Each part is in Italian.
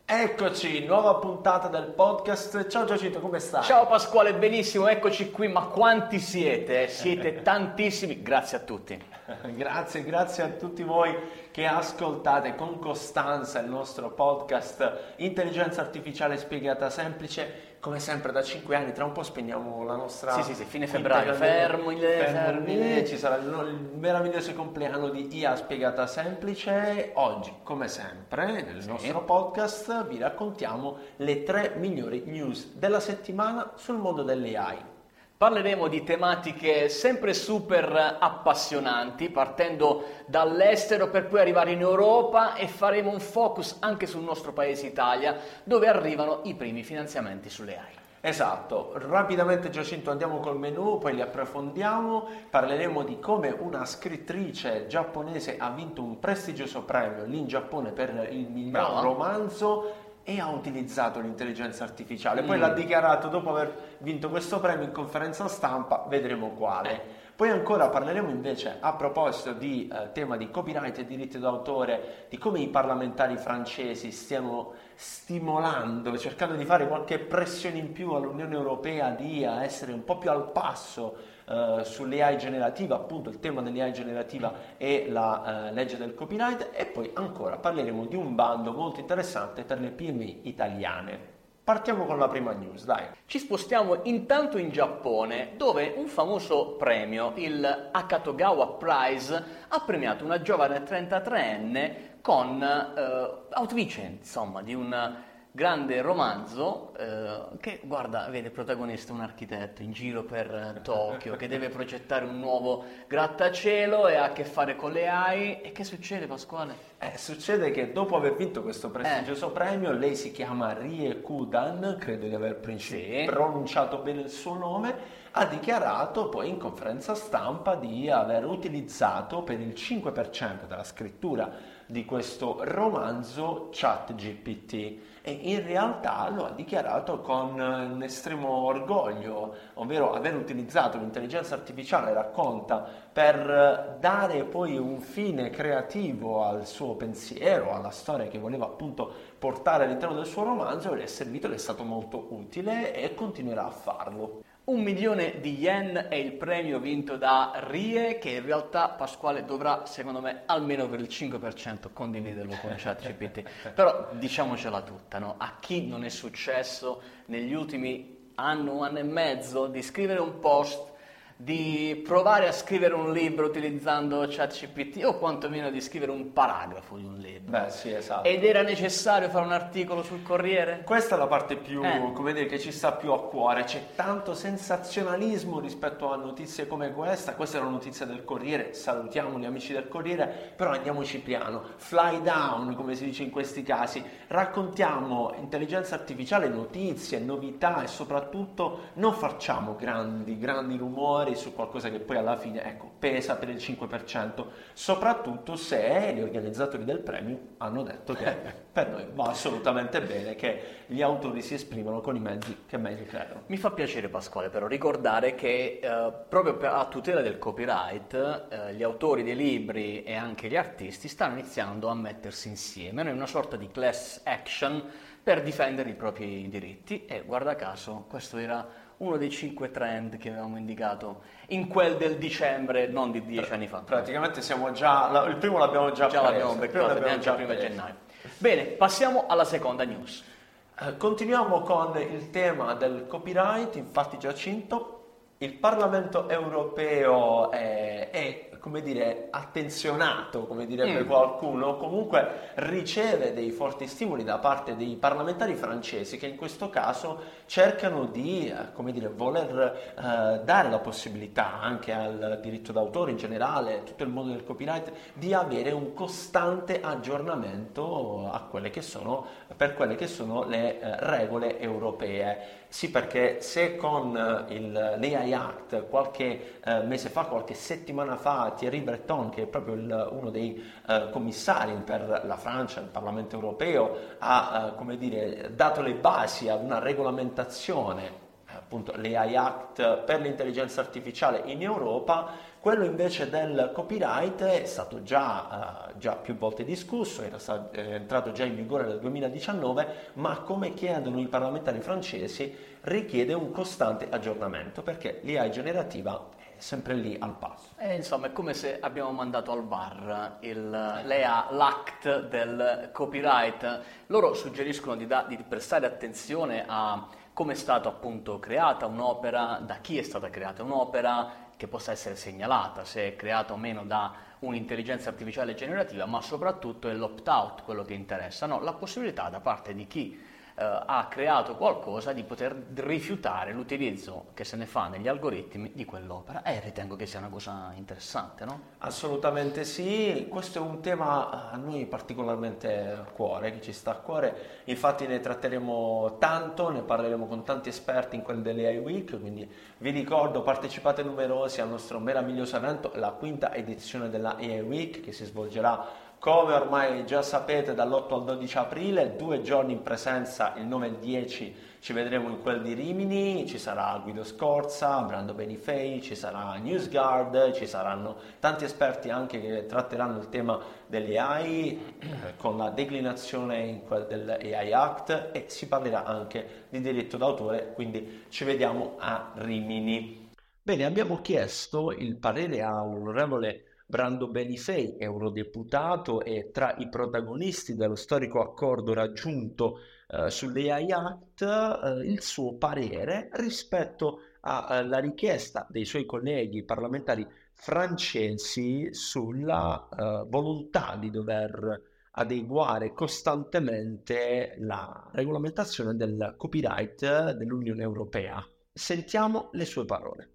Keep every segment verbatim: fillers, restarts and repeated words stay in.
Eccoci, nuova puntata del podcast. Ciao Giacinto, come stai? Ciao Pasquale, benissimo, eccoci qui, ma quanti siete? Siete tantissimi, grazie a tutti. Grazie, grazie a tutti voi che ascoltate con costanza il nostro podcast Intelligenza Artificiale Spiegata Semplice. Come sempre da cinque anni, tra un po' spegniamo la nostra... Sì, sì, sì, fine febbraio, fermo il fermo, ci sarà il, il meraviglioso compleanno di I A Spiegata Semplice. Oggi, come sempre, nel sì. nostro podcast vi raccontiamo le tre migliori news della settimana sul mondo dell'A I. Parleremo di tematiche sempre super appassionanti, partendo dall'estero per poi arrivare in Europa, e faremo un focus anche sul nostro paese Italia, dove arrivano i primi finanziamenti sulle A I. Esatto, rapidamente Giacinto andiamo col menu, poi li approfondiamo, parleremo di come una scrittrice giapponese ha vinto un prestigioso premio lì in Giappone per il miglior Brava. romanzo e ha utilizzato l'intelligenza artificiale, poi Mm. l'ha dichiarato dopo aver vinto questo premio in conferenza stampa, vedremo quale. Poi ancora parleremo invece, a proposito di eh, tema di copyright e diritti d'autore, di come i parlamentari francesi stiano stimolando, cercando di fare qualche pressione in più all'Unione Europea di eh, essere un po' più al passo Uh, sull'A I generativa, appunto il tema dell'A I generativa e la uh, legge del copyright. E poi ancora parleremo di un bando molto interessante per le P M I italiane. Partiamo con la prima news, dai. Ci spostiamo intanto in Giappone, dove un famoso premio, il Akatogawa Prize, ha premiato una giovane trentatreenne con uh, autrice, insomma, di un grande romanzo eh, che, guarda, vede protagonista un architetto in giro per eh, Tokyo che deve progettare un nuovo grattacielo e ha a che fare con le A I. E che succede, Pasquale? Eh, succede che dopo aver vinto questo prestigioso eh. premio, lei si chiama Rie Kudan, credo di aver sì. pronunciato bene il suo nome, ha dichiarato poi in conferenza stampa di aver utilizzato per il cinque per cento della scrittura di questo romanzo ChatGPT, e in realtà lo ha dichiarato con un estremo orgoglio, ovvero aver utilizzato l'intelligenza artificiale, racconta, per dare poi un fine creativo al suo pensiero, alla storia che voleva appunto portare all'interno del suo romanzo, e le è servito, le è stato molto utile e continuerà a farlo. Un milione di yen è il premio vinto da Rie, che in realtà, Pasquale, dovrà, secondo me, almeno per il cinque per cento condividerlo con ChatGPT. Però diciamocela tutta, no? A chi non è successo negli ultimi anno, anno e mezzo di scrivere un post, di provare a scrivere un libro utilizzando ChatGPT, o quantomeno di scrivere un paragrafo di un libro? Beh, sì, esatto. Ed era necessario fare un articolo sul Corriere? Questa è la parte più, eh. come dire, che ci sta più a cuore. C'è tanto sensazionalismo rispetto a notizie come questa. Questa è una notizia del Corriere, salutiamo gli amici del Corriere, però andiamoci piano, fly down, come si dice in questi casi. Raccontiamo intelligenza artificiale, notizie, novità, e soprattutto non facciamo grandi, grandi rumori su qualcosa che poi alla fine, ecco, pesa per il cinque per cento, soprattutto se gli organizzatori del premio hanno detto che per noi va assolutamente bene che gli autori si esprimano con i mezzi che meglio credono. Mi fa piacere, Pasquale, però ricordare che eh, proprio per, a tutela del copyright eh, gli autori dei libri e anche gli artisti stanno iniziando a mettersi insieme in una sorta di class action per difendere i propri diritti, e guarda caso questo era uno dei cinque trend che avevamo indicato in quel del dicembre, non di dieci anni fa. Praticamente siamo già, la, il primo l'abbiamo già, già preso, l'abbiamo beccato, l'abbiamo già prima preso. gennaio. Bene, passiamo alla seconda news. Uh, continuiamo con il tema del copyright. Infatti, Giacinto, il Parlamento europeo è, è come dire, attenzionato, come direbbe mm. qualcuno, comunque riceve dei forti stimoli da parte dei parlamentari francesi, che in questo caso cercano di, eh, come dire, voler eh, dare la possibilità anche al diritto d'autore in generale, tutto il mondo del copyright, di avere un costante aggiornamento a quelle che sono, per quelle che sono le eh, regole europee. Sì, perché se con il, l'A I Act qualche eh, mese fa, qualche settimana fa, Thierry Breton, che è proprio il, uno dei eh, commissari per la Francia, il Parlamento europeo, ha eh, come dire, dato le basi ad una regolamentazione appunto l'A I Act per l'intelligenza artificiale in Europa. Quello invece del copyright è stato già, uh, già più volte discusso, era stato, è entrato già in vigore nel duemiladiciannove, ma come chiedono i parlamentari francesi richiede un costante aggiornamento perché l'A I generativa è sempre lì al passo. E insomma è come se abbiamo mandato al bar il, l'E A, l'Act del copyright. Loro suggeriscono di, da, di prestare attenzione a come è stata appunto creata un'opera, da chi è stata creata un'opera, che possa essere segnalata se è creata o meno da un'intelligenza artificiale generativa, ma soprattutto è l'opt-out quello che interessa, no? La possibilità da parte di chi eh, ha creato qualcosa di poter rifiutare l'utilizzo che se ne fa negli algoritmi di quell'opera, e ritengo che sia una cosa interessante, no? Assolutamente sì, questo è un tema a noi particolarmente a cuore, che ci sta a cuore, infatti ne tratteremo tanto, ne parleremo con tanti esperti in quel dell'A I Week, quindi vi ricordo, partecipate numerosi al nostro meraviglioso evento, la quinta edizione della A I Week, che si svolgerà, come ormai già sapete, dall'otto al dodici aprile, due giorni in presenza, il nove e il dieci ci vedremo in quel di Rimini, ci sarà Guido Scorza, Brando Benifei, ci sarà NewsGuard, ci saranno tanti esperti anche che tratteranno il tema dell'A I eh, con la declinazione in quel dell'A I Act, e si parlerà anche di diritto d'autore, quindi ci vediamo a Rimini. Bene, abbiamo chiesto il parere all'onorevole Brando Benifei, eurodeputato e tra i protagonisti dello storico accordo raggiunto eh, sull'A I Act, eh, il suo parere rispetto alla richiesta dei suoi colleghi parlamentari francesi sulla eh, volontà di dover adeguare costantemente la regolamentazione del copyright dell'Unione Europea. Sentiamo le sue parole.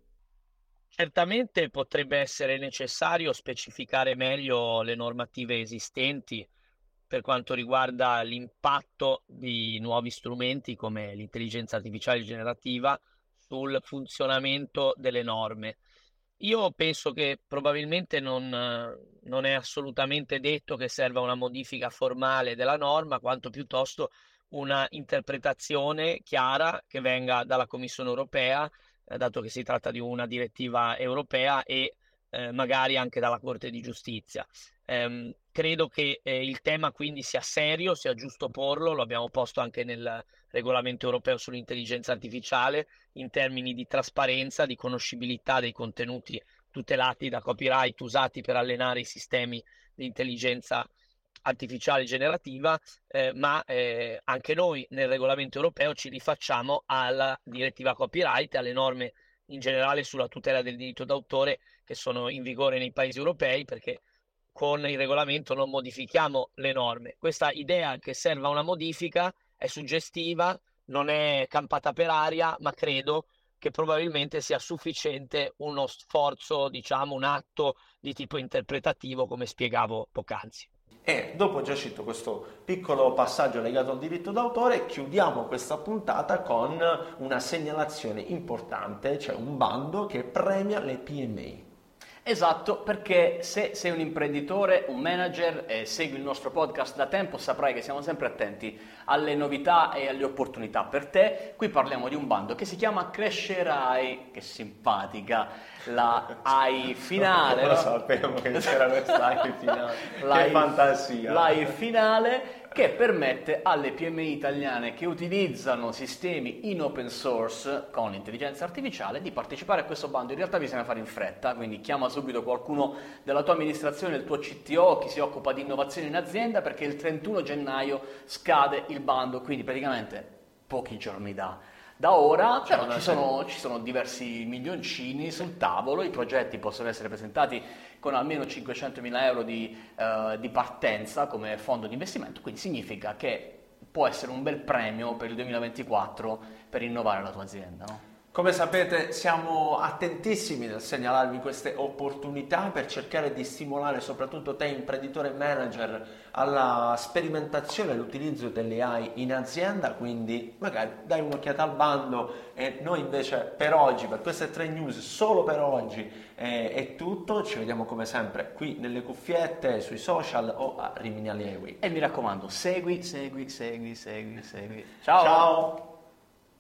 Certamente potrebbe essere necessario specificare meglio le normative esistenti per quanto riguarda l'impatto di nuovi strumenti come l'intelligenza artificiale generativa sul funzionamento delle norme. Io penso che probabilmente non, non è assolutamente detto che serva una modifica formale della norma, quanto piuttosto una interpretazione chiara che venga dalla Commissione europea, dato che si tratta di una direttiva europea, e eh, magari anche dalla Corte di Giustizia. Eh, credo che eh, il tema quindi sia serio, sia giusto porlo, lo abbiamo posto anche nel regolamento europeo sull'intelligenza artificiale, in termini di trasparenza, di conoscibilità dei contenuti tutelati da copyright usati per allenare i sistemi di intelligenza artificiale generativa, eh, ma eh, anche noi nel regolamento europeo ci rifacciamo alla direttiva copyright e alle norme in generale sulla tutela del diritto d'autore che sono in vigore nei paesi europei, perché con il regolamento non modifichiamo le norme. Questa idea che serva una modifica è suggestiva, non è campata per aria, ma credo che probabilmente sia sufficiente uno sforzo, diciamo un atto di tipo interpretativo, come spiegavo poc'anzi. E dopo già cito questo piccolo passaggio legato al diritto d'autore, chiudiamo questa puntata con una segnalazione importante, cioè un bando che premia le P M I. Esatto, perché se sei un imprenditore, un manager e segui il nostro podcast da tempo, saprai che siamo sempre attenti alle novità e alle opportunità per te. Qui parliamo di un bando che si chiama Crescerai, che simpatica, la A I finale. Lo no? sapevo che c'era questa A I finale, La che fantasia. L'A I finale che permette alle P M I italiane che utilizzano sistemi in open source con l'intelligenza artificiale di partecipare a questo bando. In realtà bisogna fare in fretta, quindi chiama subito qualcuno della tua amministrazione, il tuo C T O, chi si occupa di innovazione in azienda, perché il trentuno gennaio scade il bando, quindi praticamente pochi giorni da, da ora, però ci sono, ci sono diversi milioncini sul tavolo, i progetti possono essere presentati con almeno cinquecentomila euro di, uh, di partenza come fondo di investimento, quindi significa che può essere un bel premio per il duemilaventiquattro per innovare la tua azienda, no? Come sapete siamo attentissimi nel segnalarvi queste opportunità per cercare di stimolare soprattutto te imprenditore e manager alla sperimentazione e all'utilizzo delle A I in azienda, quindi magari dai un'occhiata al bando. E noi invece per oggi, per queste tre news, solo per oggi eh, è tutto. Ci vediamo come sempre qui nelle cuffiette, sui social o a Rimini A I Week. E mi raccomando, segui, segui, segui, segui, segui. Ciao! Ciao.